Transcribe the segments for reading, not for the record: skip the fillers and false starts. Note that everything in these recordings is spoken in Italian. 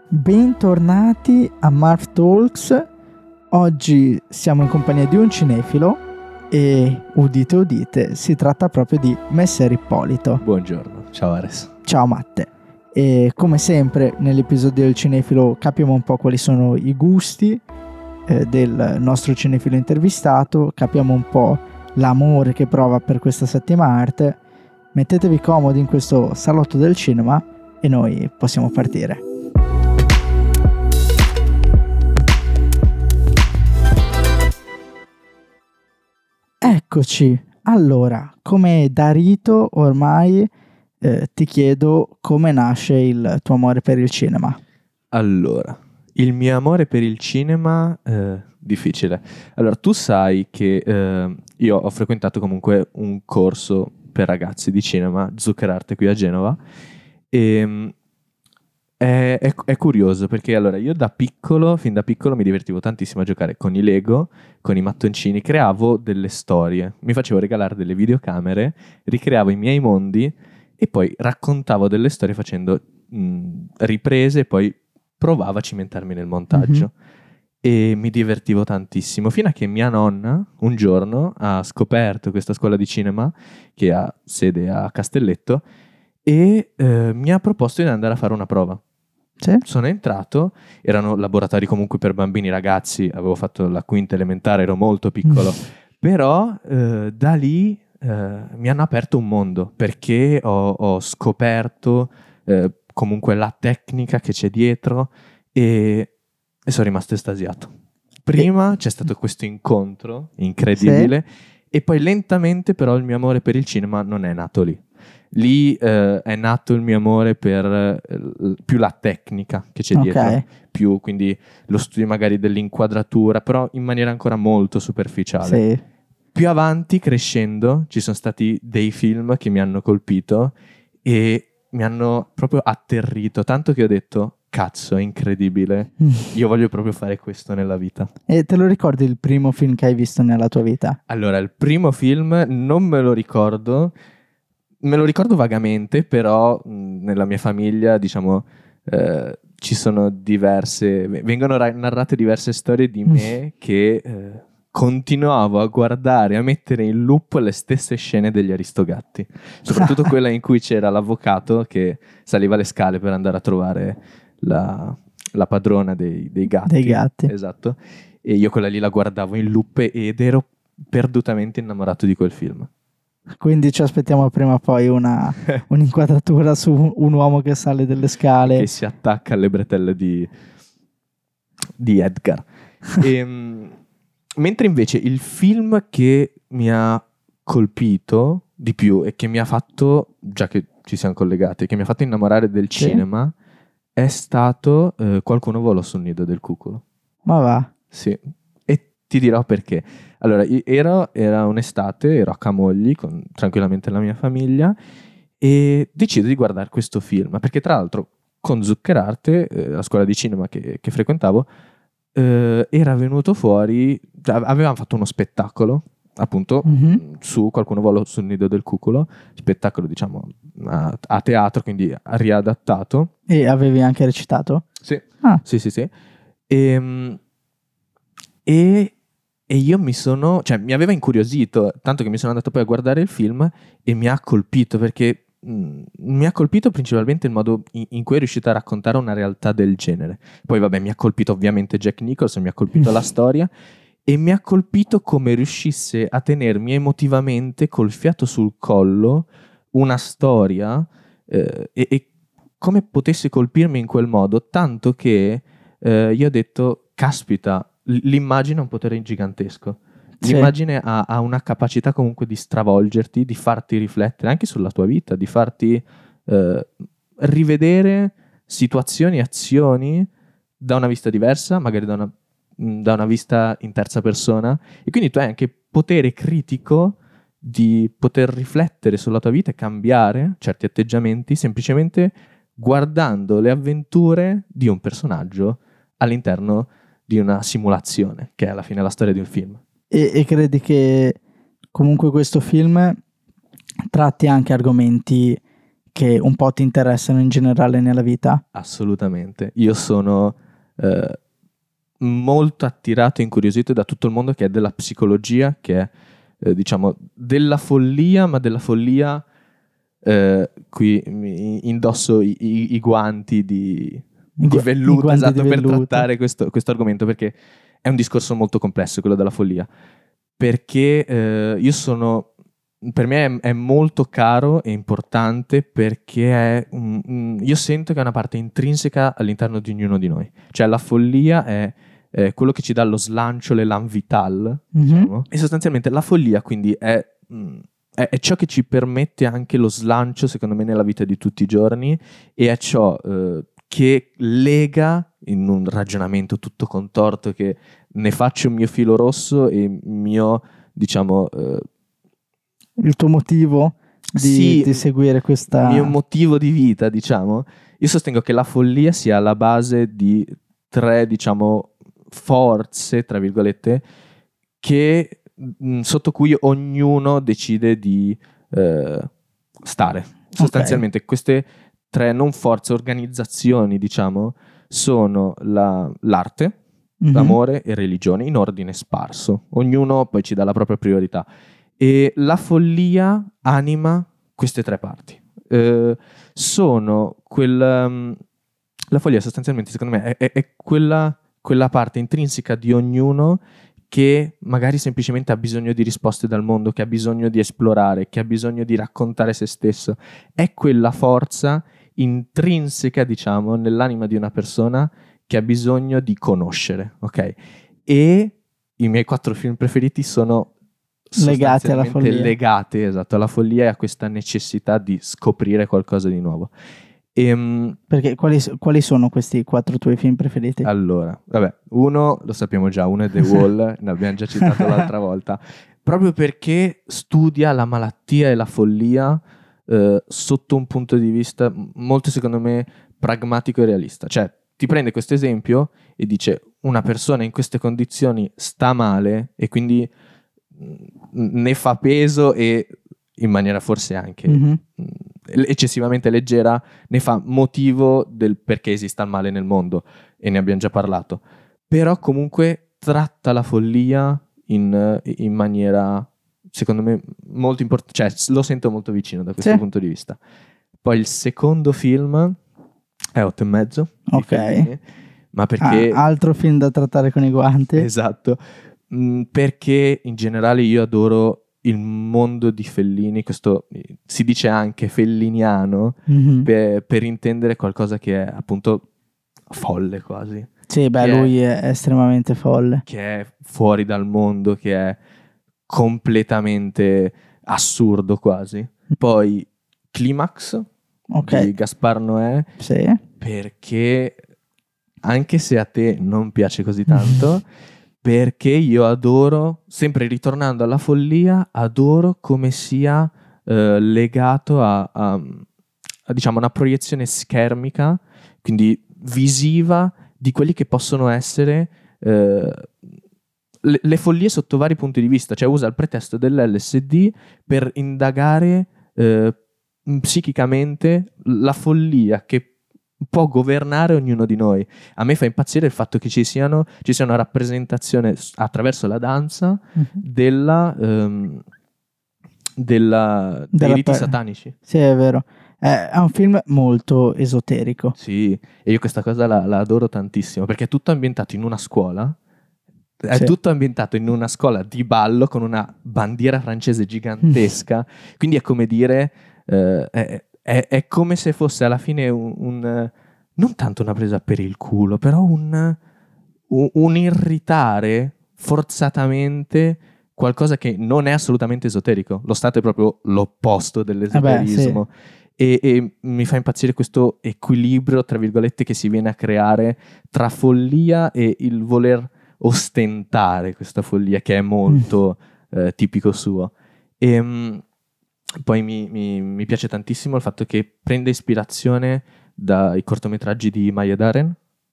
Bentornati a Marv Talks. Oggi siamo in compagnia di un cinefilo e udite udite, si tratta proprio di Messer Ippolito. Buongiorno, ciao Ares. Ciao Matte. E come sempre nell'episodio del cinefilo capiamo un po' quali sono i gusti del nostro cinefilo intervistato, capiamo un po' l'amore che prova per questa settima arte. Mettetevi comodi in questo salotto del cinema e noi possiamo partire. Eccoci. Allora, come da rito ormai ti chiedo come nasce il tuo amore per il cinema. Allora, il mio amore per il cinema, difficile. Allora, tu sai che io ho frequentato comunque un corso per ragazzi di cinema, Zuccherarte qui a Genova, e è curioso perché allora io fin da piccolo mi divertivo tantissimo a giocare con i Lego, con i mattoncini, creavo delle storie, mi facevo regalare delle videocamere, ricreavo i miei mondi e poi raccontavo delle storie facendo riprese e poi provavo a cimentarmi nel montaggio. E mi divertivo tantissimo fino a che mia nonna un giorno ha scoperto questa scuola di cinema che ha sede a Castelletto e mi ha proposto di andare a fare una prova. Sì? Sono entrato, erano laboratori comunque per bambini, ragazzi, avevo fatto la quinta elementare, ero molto piccolo, però da lì mi hanno aperto un mondo perché ho scoperto comunque la tecnica che c'è dietro e sono rimasto estasiato. Prima c'è stato questo incontro incredibile e poi lentamente però il mio amore per il cinema non è nato lì. Lì è nato il mio amore per più la tecnica che c'è dietro, più quindi lo studio magari dell'inquadratura, però in maniera ancora molto superficiale. Sì. Più avanti, crescendo, ci sono stati dei film che mi hanno colpito e mi hanno proprio atterrito, tanto che ho detto, cazzo, è incredibile, io voglio proprio fare questo nella vita. E te lo ricordi il primo film che hai visto nella tua vita? Allora, il primo film non me lo ricordo, me lo ricordo vagamente, però nella mia famiglia, diciamo, ci sono vengono narrate diverse storie di me che continuavo a guardare, a mettere in loop le stesse scene degli Aristogatti, soprattutto quella in cui c'era l'avvocato che saliva le scale per andare a trovare la padrona dei gatti. Dei gatti. Esatto. E io quella lì la guardavo in loop ed ero perdutamente innamorato di quel film. Quindi ci aspettiamo prima o poi un'inquadratura su un uomo che sale delle scale. Che si attacca alle bretelle di Edgar. Mentre invece il film che mi ha colpito di più e che mi ha fatto, già che ci siamo collegati, che mi ha fatto innamorare del cinema è stato Qualcuno volò sul nido del cuculo. Ma va? Sì, e ti dirò perché. Allora, era un'estate, ero a Camogli con tranquillamente la mia famiglia e decido di guardare questo film, perché tra l'altro con Zuccherarte, la scuola di cinema che frequentavo, era venuto fuori, avevamo fatto uno spettacolo, appunto, su Qualcuno volò sul nido del cuculo, spettacolo diciamo a teatro, quindi riadattato. E avevi anche recitato? Sì, sì. E io mi aveva incuriosito, tanto che mi sono andato poi a guardare il film e mi ha colpito perché mi ha colpito principalmente il modo in cui è riuscito a raccontare una realtà del genere. Poi vabbè, mi ha colpito ovviamente Jack Nicholson, mi ha colpito la storia e mi ha colpito come riuscisse a tenermi emotivamente col fiato sul collo una storia e come potesse colpirmi in quel modo, tanto che io ho detto, caspita, l'immagine ha un potere gigantesco. L'immagine ha una capacità comunque di stravolgerti, di farti riflettere anche sulla tua vita, di farti rivedere situazioni, azioni da una vista diversa, magari da una vista in terza persona, e quindi tu hai anche potere critico di poter riflettere sulla tua vita e cambiare certi atteggiamenti semplicemente guardando le avventure di un personaggio all'interno di una simulazione, che è alla fine la storia di un film. E credi che comunque questo film tratti anche argomenti che un po' ti interessano in generale nella vita? Assolutamente. Io sono molto attirato e incuriosito da tutto il mondo che è della psicologia, che è diciamo della follia, ma della follia qui indosso i guanti di velluto, guanti esatto, di per velluto. trattare questo argomento, perché è un discorso molto complesso quello della follia, perché per me è molto caro e importante, perché io sento che è una parte intrinseca all'interno di ognuno di noi. Cioè la follia è quello che ci dà lo slancio, l'élan vital, diciamo. E sostanzialmente la follia quindi è ciò che ci permette anche lo slancio, secondo me, nella vita di tutti i giorni, e è ciò che lega, in un ragionamento tutto contorto che ne faccio un mio filo rosso e mio, diciamo... il tuo motivo di seguire questa... Il mio motivo di vita, diciamo. Io sostengo che la follia sia la base di 3, diciamo, forze, tra virgolette, che sotto cui ognuno decide di stare. Sostanzialmente queste 3 non forze, organizzazioni, diciamo, sono l'arte, l'amore e religione, in ordine sparso. Ognuno poi ci dà la propria priorità. E la follia anima queste 3 parti. Sono la follia sostanzialmente, secondo me, è quella parte intrinseca di ognuno che magari semplicemente ha bisogno di risposte dal mondo, che ha bisogno di esplorare, che ha bisogno di raccontare se stesso. È quella forza intrinseca, diciamo, nell'anima di una persona che ha bisogno di conoscere, ok? E i miei 4 film preferiti sono legati alla follia. Legati, esatto, alla follia e a questa necessità di scoprire qualcosa di nuovo. Perché quali sono questi 4 tuoi film preferiti? Allora, vabbè, uno lo sappiamo già, uno è The Wall, ne abbiamo già citato l'altra volta, proprio perché studia la malattia e la follia sotto un punto di vista molto, secondo me, pragmatico e realista. Cioè, ti prende questo esempio e dice: una persona in queste condizioni sta male e quindi ne fa peso, e in maniera forse anche eccessivamente leggera ne fa motivo del perché esista il male nel mondo, e ne abbiamo già parlato. Però comunque tratta la follia in maniera, secondo me, molto importante, cioè lo sento molto vicino da questo punto di vista. Poi il secondo film è 8 e mezzo, ok, ma perché altro film da trattare con i guanti. Esatto. Perché in generale io adoro il mondo di Fellini, questo si dice anche felliniano, per intendere qualcosa che è appunto folle quasi. Sì, beh, lui è estremamente folle. Che è fuori dal mondo, che è completamente assurdo quasi. Poi Climax di Gaspar Noè, perché anche se a te non piace così tanto... perché io adoro, sempre ritornando alla follia, adoro come sia legato a diciamo una proiezione schermica, quindi visiva, di quelli che possono essere le follie sotto vari punti di vista. Cioè usa il pretesto dell'LSD per indagare psichicamente la follia che può governare ognuno di noi. A me fa impazzire il fatto che ci sia una rappresentazione attraverso la danza dei riti satanici. Sì, è vero. È un film molto esoterico. Sì, e io questa cosa la adoro tantissimo, perché è tutto ambientato in una scuola. È tutto ambientato in una scuola di ballo con una bandiera francese gigantesca. Quindi è come dire... È come se fosse alla fine non tanto una presa per il culo, però un irritare forzatamente qualcosa che non è assolutamente esoterico. Lo Stato è proprio l'opposto dell'esoterismo. E mi fa impazzire questo equilibrio, tra virgolette, che si viene a creare tra follia e il voler ostentare questa follia, che è molto tipico suo. Poi mi piace tantissimo il fatto che prende ispirazione dai cortometraggi di Maya Deren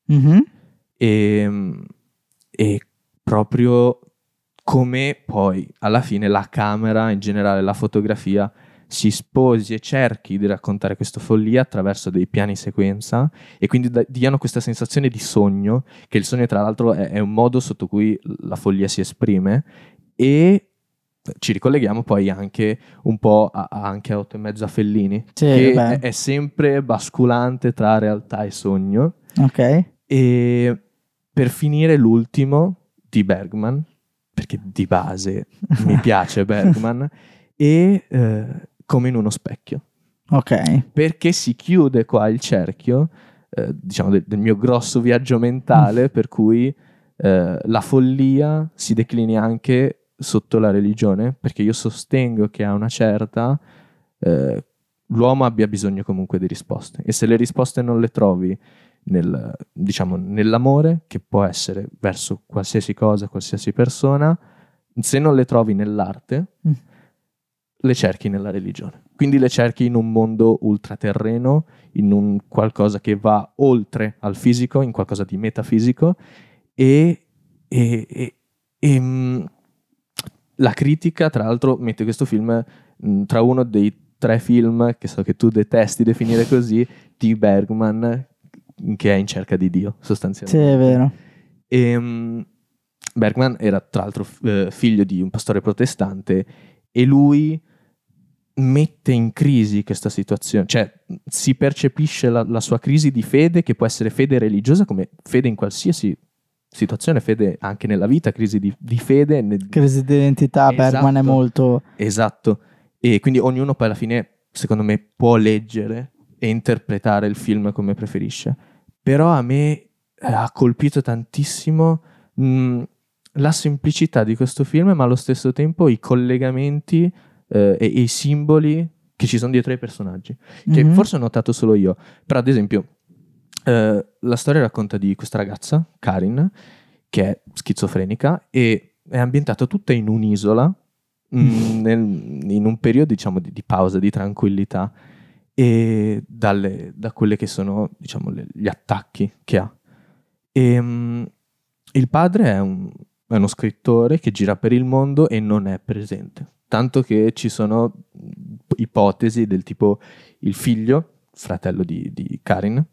e proprio come poi alla fine la camera, in generale la fotografia, si sposi e cerchi di raccontare questa follia attraverso dei piani sequenza e quindi diano questa sensazione di sogno, che il sogno tra l'altro è un modo sotto cui la follia si esprime, e ci ricolleghiamo poi anche un po' anche a 8 e mezzo a Fellini, Sì, che è sempre basculante tra realtà e sogno. Ok. E per finire l'ultimo di Bergman, perché di base mi piace Bergman, e Come in uno specchio. Ok. Perché si chiude qua il cerchio, diciamo, del mio grosso viaggio mentale, per cui la follia si declini anche sotto la religione, perché io sostengo che a una certa l'uomo abbia bisogno comunque di risposte, e se le risposte non le trovi diciamo, nell'amore, che può essere verso qualsiasi cosa, qualsiasi persona, se non le trovi nell'arte, le cerchi nella religione. Quindi le cerchi in un mondo ultraterreno, in un qualcosa che va oltre al fisico, in qualcosa di metafisico, e la critica, tra l'altro, mette questo film tra uno dei 3 film, che so che tu detesti definire così, di Bergman, che è In cerca di Dio, sostanzialmente. Sì, è vero. E Bergman era tra l'altro figlio di un pastore protestante, e lui mette in crisi questa situazione, cioè si percepisce la sua crisi di fede, che può essere fede religiosa come fede in qualsiasi situazione, fede anche nella vita, crisi di fede. Crisi di identità, Esatto, Bergman è molto... Esatto, e quindi ognuno poi alla fine, secondo me, può leggere e interpretare il film come preferisce. Però a me ha colpito tantissimo la semplicità di questo film, ma allo stesso tempo i collegamenti e i simboli che ci sono dietro ai personaggi, che forse ho notato solo io. Però ad esempio la storia racconta di questa ragazza, Karin, che è schizofrenica e è ambientata tutta in un'isola, in un periodo, diciamo, di pausa, di tranquillità, e da quelle che sono, diciamo, gli attacchi che ha. E il padre è uno scrittore che gira per il mondo e non è presente, tanto che ci sono ipotesi del tipo il figlio, fratello di Karin,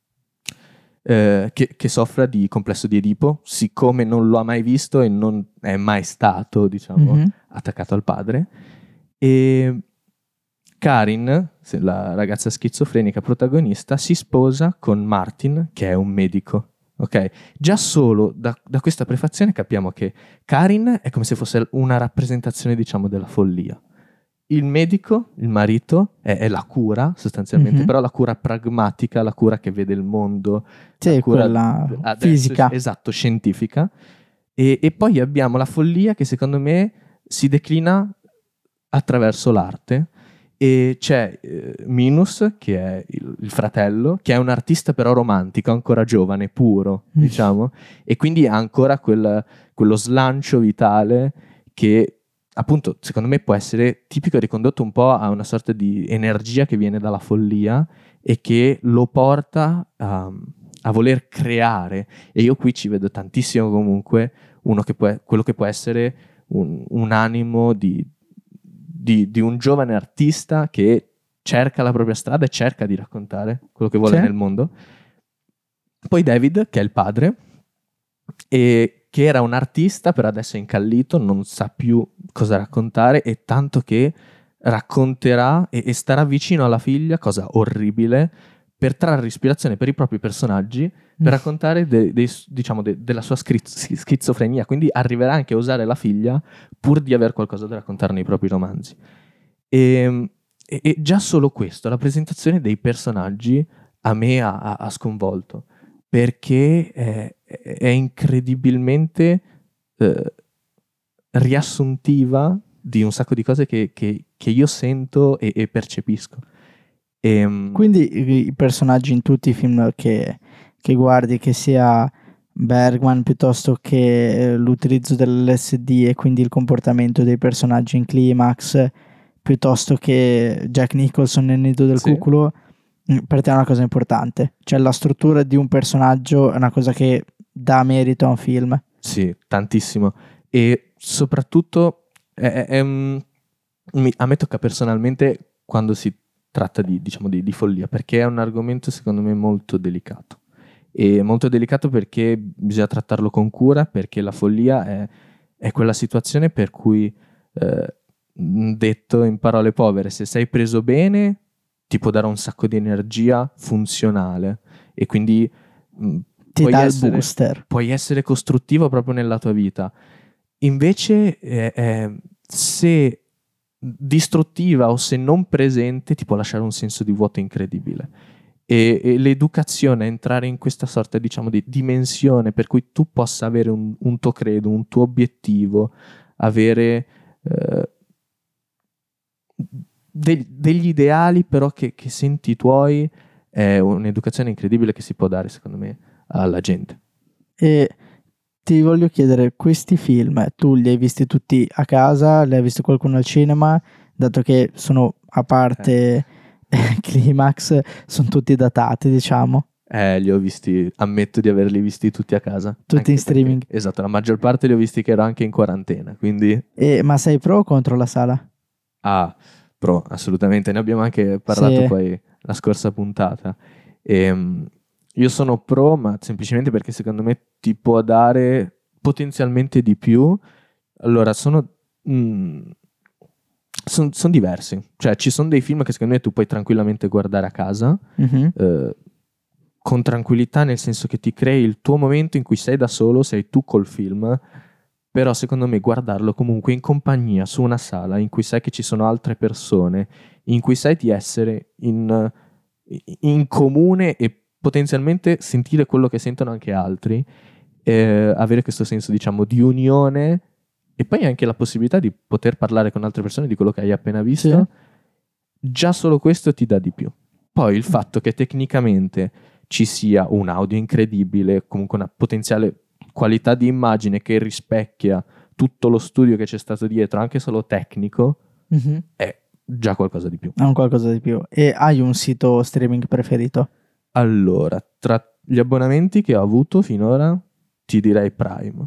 che soffra di complesso di Edipo, siccome non lo ha mai visto e non è mai stato, diciamo, attaccato al padre. E Karin, la ragazza schizofrenica protagonista, si sposa con Martin, che è un medico. Ok, già solo da questa prefazione capiamo che Karin è come se fosse una rappresentazione, diciamo, della follia. Il medico, il marito, è la cura sostanzialmente, però la cura pragmatica, la cura che vede il mondo, sì, la cura quella fisica. Esatto, scientifica. E poi abbiamo la follia che secondo me si declina attraverso l'arte. E c'è Minus, che è il fratello, che è un artista però romantico, ancora giovane, puro, diciamo, e quindi ha ancora quello slancio vitale che appunto secondo me può essere tipico e ricondotto un po' a una sorta di energia che viene dalla follia e che lo porta a voler creare. E io qui ci vedo tantissimo comunque quello che può essere un animo di un giovane artista che cerca la propria strada e cerca di raccontare quello che vuole nel mondo. Poi David, che è il padre, e che era un artista, però adesso è incallito, non sa più cosa raccontare, e tanto che racconterà e starà vicino alla figlia, cosa orribile, per trarre ispirazione per i propri personaggi, per raccontare diciamo della sua schizofrenia. Quindi arriverà anche a usare la figlia pur di aver qualcosa da raccontare nei propri romanzi. E già solo questo, la presentazione dei personaggi, a me ha sconvolto, perché è incredibilmente riassuntiva di un sacco di cose che io sento e percepisco. Quindi i personaggi in tutti i film che guardi, che sia Bergman piuttosto che l'utilizzo dell'LSD e quindi il comportamento dei personaggi in Climax, piuttosto che Jack Nicholson nel Nido del Cuculo, per te è una cosa importante. Cioè la struttura di un personaggio è una cosa che dà merito a un film. Sì, tantissimo. E soprattutto a me tocca personalmente quando si tratta diciamo, di follia, perché è un argomento secondo me molto delicato. E molto delicato perché bisogna trattarlo con cura, perché la follia è quella situazione per cui, detto in parole povere, se sei preso bene ti può dare un sacco di energia funzionale e quindi ti dà il booster. Puoi essere costruttivo proprio nella tua vita. Invece se distruttiva o se non presente ti può lasciare un senso di vuoto incredibile. E l'educazione, entrare in questa sorta, diciamo, di dimensione per cui tu possa avere un tuo credo, un tuo obiettivo, avere degli ideali però che senti tuoi, è un'educazione incredibile che si può dare secondo me alla gente. E ti voglio chiedere, questi film tu li hai visti tutti a casa, li hai visti qualcuno al cinema, dato che sono, a parte Climax, sono tutti datati, diciamo? Li ho visti, ammetto di averli visti tutti a casa. Tutti in streaming? Esatto, la maggior parte li ho visti che ero anche in quarantena, quindi... Ma sei pro o contro la sala? Ah, pro, assolutamente, ne abbiamo anche parlato poi la scorsa puntata. Io sono pro, ma semplicemente perché secondo me ti può dare potenzialmente di più. Allora, sono diversi. Cioè, ci sono dei film che secondo me tu puoi tranquillamente guardare a casa, con tranquillità, nel senso che ti crei il tuo momento in cui sei da solo, sei tu col film, però secondo me guardarlo comunque in compagnia, su una sala, in cui sai che ci sono altre persone, in cui sai di essere in comune e potenzialmente sentire quello che sentono anche altri, avere questo senso, diciamo, di unione e poi anche la possibilità di poter parlare con altre persone di quello che hai appena visto, già solo questo ti dà di più. Poi il fatto che tecnicamente ci sia un audio incredibile, comunque una potenziale qualità di immagine che rispecchia tutto lo studio che c'è stato dietro, anche solo tecnico, è già qualcosa di più. È un qualcosa di più. E hai un sito streaming preferito? Allora, tra gli abbonamenti che ho avuto finora, ti direi Prime.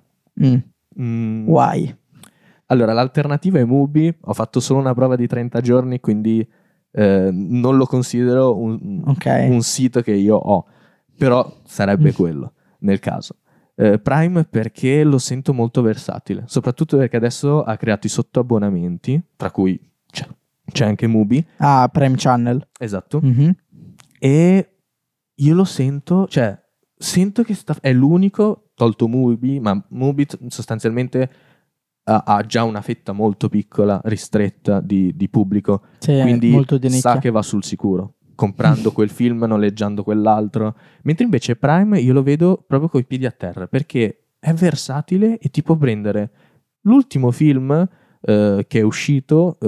Why? Allora, l'alternativa è Mubi. Ho fatto solo una prova di 30 giorni, quindi non lo considero un sito che io ho. Però sarebbe quello, nel caso. Prime perché lo sento molto versatile. Soprattutto perché adesso ha creato i sottoabbonamenti, tra cui c'è anche Mubi. Ah, Prime Channel. Esatto. E io lo sento, cioè sento che è l'unico, tolto Mubi, ma Mubi sostanzialmente ha già una fetta molto piccola, ristretta di pubblico, quindi molto di sa che va sul sicuro, comprando quel film, noleggiando quell'altro, mentre invece Prime io lo vedo proprio coi piedi a terra, perché è versatile e ti può prendere l'ultimo film che è uscito,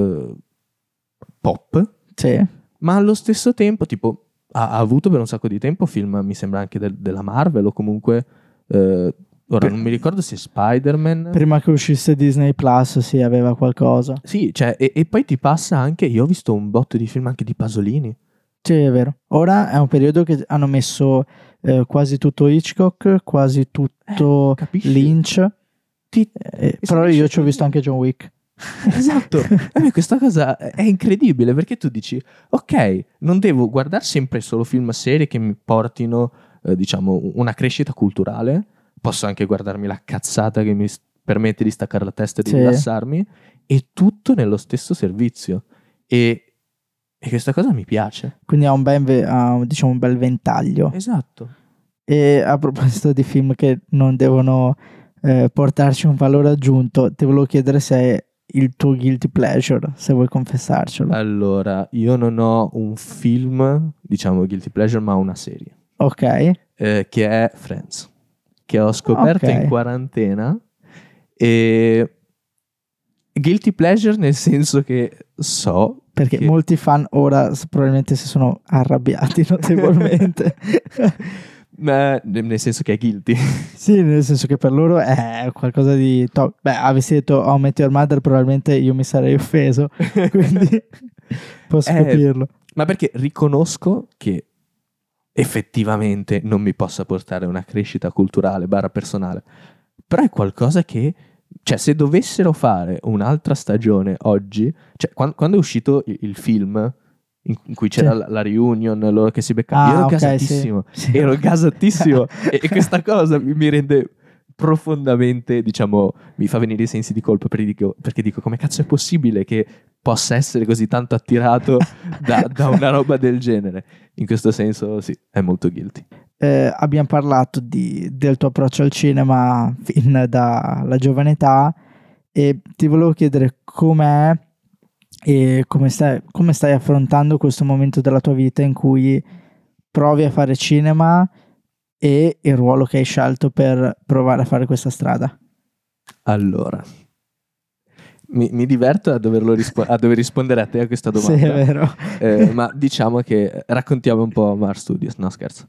pop, ma allo stesso tempo tipo ha avuto per un sacco di tempo film, mi sembra anche della Marvel o comunque ora non mi ricordo se Spider-Man, prima che uscisse Disney Plus, sì, aveva qualcosa. Sì, cioè, e poi ti passa anche, io ho visto un botto di film anche di Pasolini. Sì, è vero. Ora è un periodo che hanno messo quasi tutto Hitchcock, quasi tutto Lynch, però io ci ho visto anche John Wick. Esatto, a me questa cosa è incredibile, perché tu dici ok, non devo guardare sempre solo film serie che mi portino diciamo una crescita culturale, posso anche guardarmi la cazzata che mi permette di staccare la testa e di rilassarmi, e tutto nello stesso servizio, e questa cosa mi piace, quindi ha un bel ventaglio. Esatto. E a proposito di film che non devono portarci un valore aggiunto, ti volevo chiedere se è il tuo guilty pleasure, se vuoi confessarcelo. Allora, io non ho un film, diciamo guilty pleasure, ma una serie. Ok. Che è Friends, che ho scoperto in quarantena, e guilty pleasure nel senso che so... Perché molti fan ora probabilmente si sono arrabbiati notevolmente. Nel senso che è guilty. Sì, nel senso che per loro è qualcosa di beh, avessi detto How I Met Your Mother, probabilmente io mi sarei offeso, quindi posso capirlo. Ma perché riconosco che effettivamente non mi possa portare una crescita culturale / personale, però è qualcosa che cioè se dovessero fare un'altra stagione oggi, cioè quando è uscito il film in cui c'era la reunion, loro che si beccavano, io ero gasatissimo, sì. ero gasatissimo e questa cosa mi rende profondamente, diciamo, mi fa venire i sensi di colpa perché dico come cazzo è possibile che possa essere così tanto attirato da una roba del genere. In questo senso sì, è molto guilty. Abbiamo parlato del tuo approccio al cinema fin dalla giovane età e ti volevo chiedere com'è e come stai affrontando questo momento della tua vita in cui provi a fare cinema e il ruolo che hai scelto per provare a fare questa strada. Allora, mi diverto a dover rispondere a te a questa domanda. Sì, è vero. Ma diciamo che raccontiamo un po' Mars Studios, no scherzo.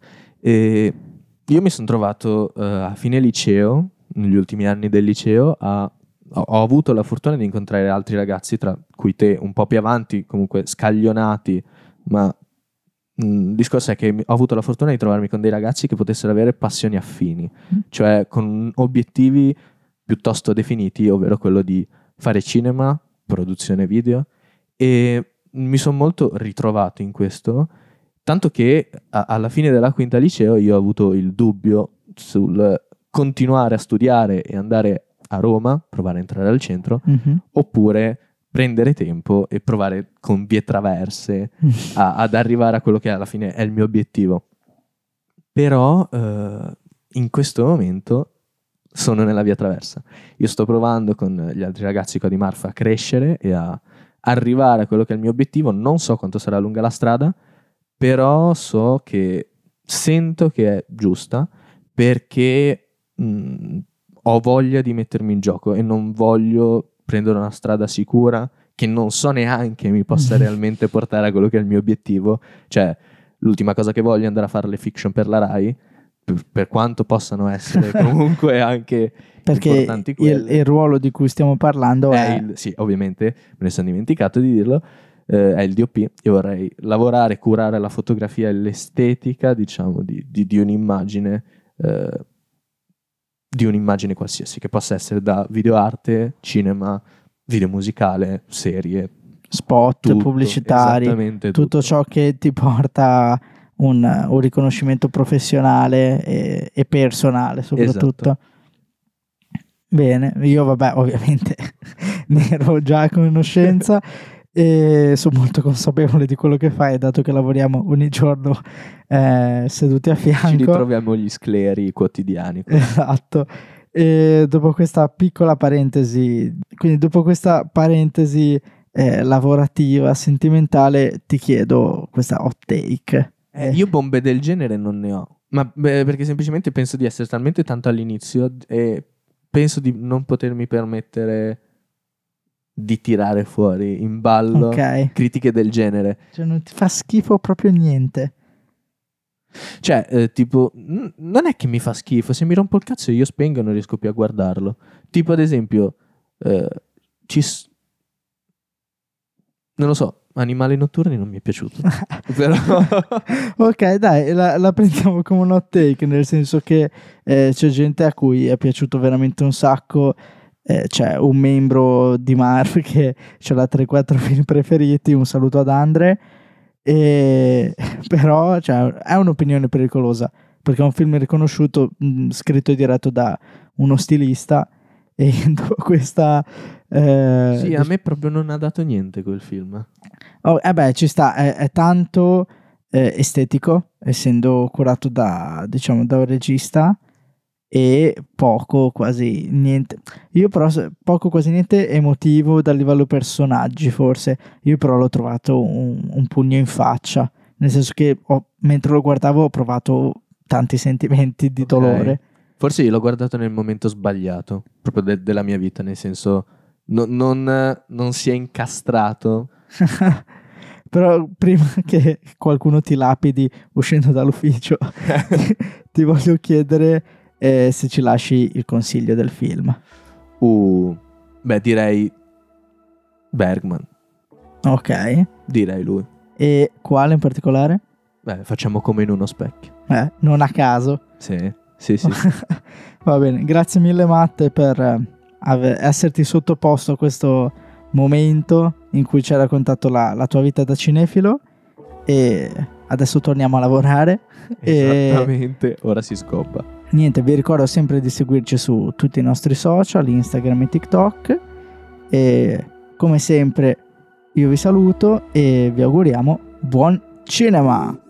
Io mi sono trovato a fine liceo, negli ultimi anni del liceo, ho avuto la fortuna di incontrare altri ragazzi, tra cui te un po' più avanti, comunque scaglionati, ma il discorso è che ho avuto la fortuna di trovarmi con dei ragazzi che potessero avere passioni affini, cioè con obiettivi piuttosto definiti, ovvero quello di fare cinema, produzione video, e mi sono molto ritrovato in questo, tanto che alla fine della quinta liceo io ho avuto il dubbio sul continuare a studiare e andare a Roma, provare a entrare al centro, oppure prendere tempo e provare con vie traverse ad arrivare a quello che alla fine è il mio obiettivo. Però in questo momento sono nella via traversa. Io sto provando con gli altri ragazzi qua di Marfa a crescere e a arrivare a quello che è il mio obiettivo. Non so quanto sarà lunga la strada, però sento che è giusta, perché ho voglia di mettermi in gioco e non voglio prendere una strada sicura che non so neanche mi possa realmente portare a quello che è il mio obiettivo. Cioè, l'ultima cosa che voglio è andare a fare le fiction per la Rai, per quanto possano essere comunque anche perché importanti quelle. Il ruolo di cui stiamo parlando è sì, ovviamente, me ne sono dimenticato di dirlo, è il DOP. Io vorrei lavorare, curare la fotografia e l'estetica, diciamo, di un'immagine, di un'immagine qualsiasi, che possa essere da videoarte, cinema, video musicale, serie, spot, tutto, pubblicitari, tutto ciò che ti porta un riconoscimento professionale e personale soprattutto. Esatto. Bene, io vabbè ovviamente ne ero già a conoscenza e sono molto consapevole di quello che fai, dato che lavoriamo ogni giorno seduti a fianco. Ci ritroviamo gli scleri quotidiani. Esatto. E dopo questa piccola parentesi, quindi dopo questa parentesi lavorativa, sentimentale, ti chiedo questa hot take. Io bombe del genere non ne ho, ma perché semplicemente penso di essere talmente tanto all'inizio e penso di non potermi permettere di tirare fuori in ballo critiche del genere. Cioè non ti fa schifo proprio niente. Cioè, tipo, non è che mi fa schifo, se mi rompo il cazzo io spengo e non riesco più a guardarlo. Tipo, ad esempio, non lo so, Animali notturni non mi è piaciuto. Però ok, dai, la prendiamo come un hot take, nel senso che c'è gente a cui è piaciuto veramente un sacco. C'è un membro di Marv che ce l'ha tra i 4 film preferiti, un saluto ad Andre, però cioè, è un'opinione pericolosa, perché è un film riconosciuto, scritto e diretto da uno stilista, e dopo questa sì, a me proprio non ha dato niente quel film. Beh, ci sta, è tanto estetico, essendo curato da un regista, e poco quasi niente. Io però poco quasi niente emotivo dal livello personaggi, forse. Io però l'ho trovato un pugno in faccia, nel senso che mentre lo guardavo ho provato tanti sentimenti di dolore. Forse io l'ho guardato nel momento sbagliato proprio della mia vita, nel senso non si è incastrato. Però prima che qualcuno ti lapidi uscendo dall'ufficio ti voglio chiedere se ci lasci il consiglio del film. Beh, direi Bergman. Ok. Direi lui. E quale in particolare? Beh, facciamo Come in uno specchio. Non a caso. Sì. Va bene, grazie mille Matte per esserti sottoposto a questo momento in cui ci hai raccontato la tua vita da cinefilo, e adesso torniamo a lavorare. Esattamente, ora si scoppa. Niente, vi ricordo sempre di seguirci su tutti i nostri social, Instagram e TikTok, e come sempre io vi saluto e vi auguriamo buon cinema!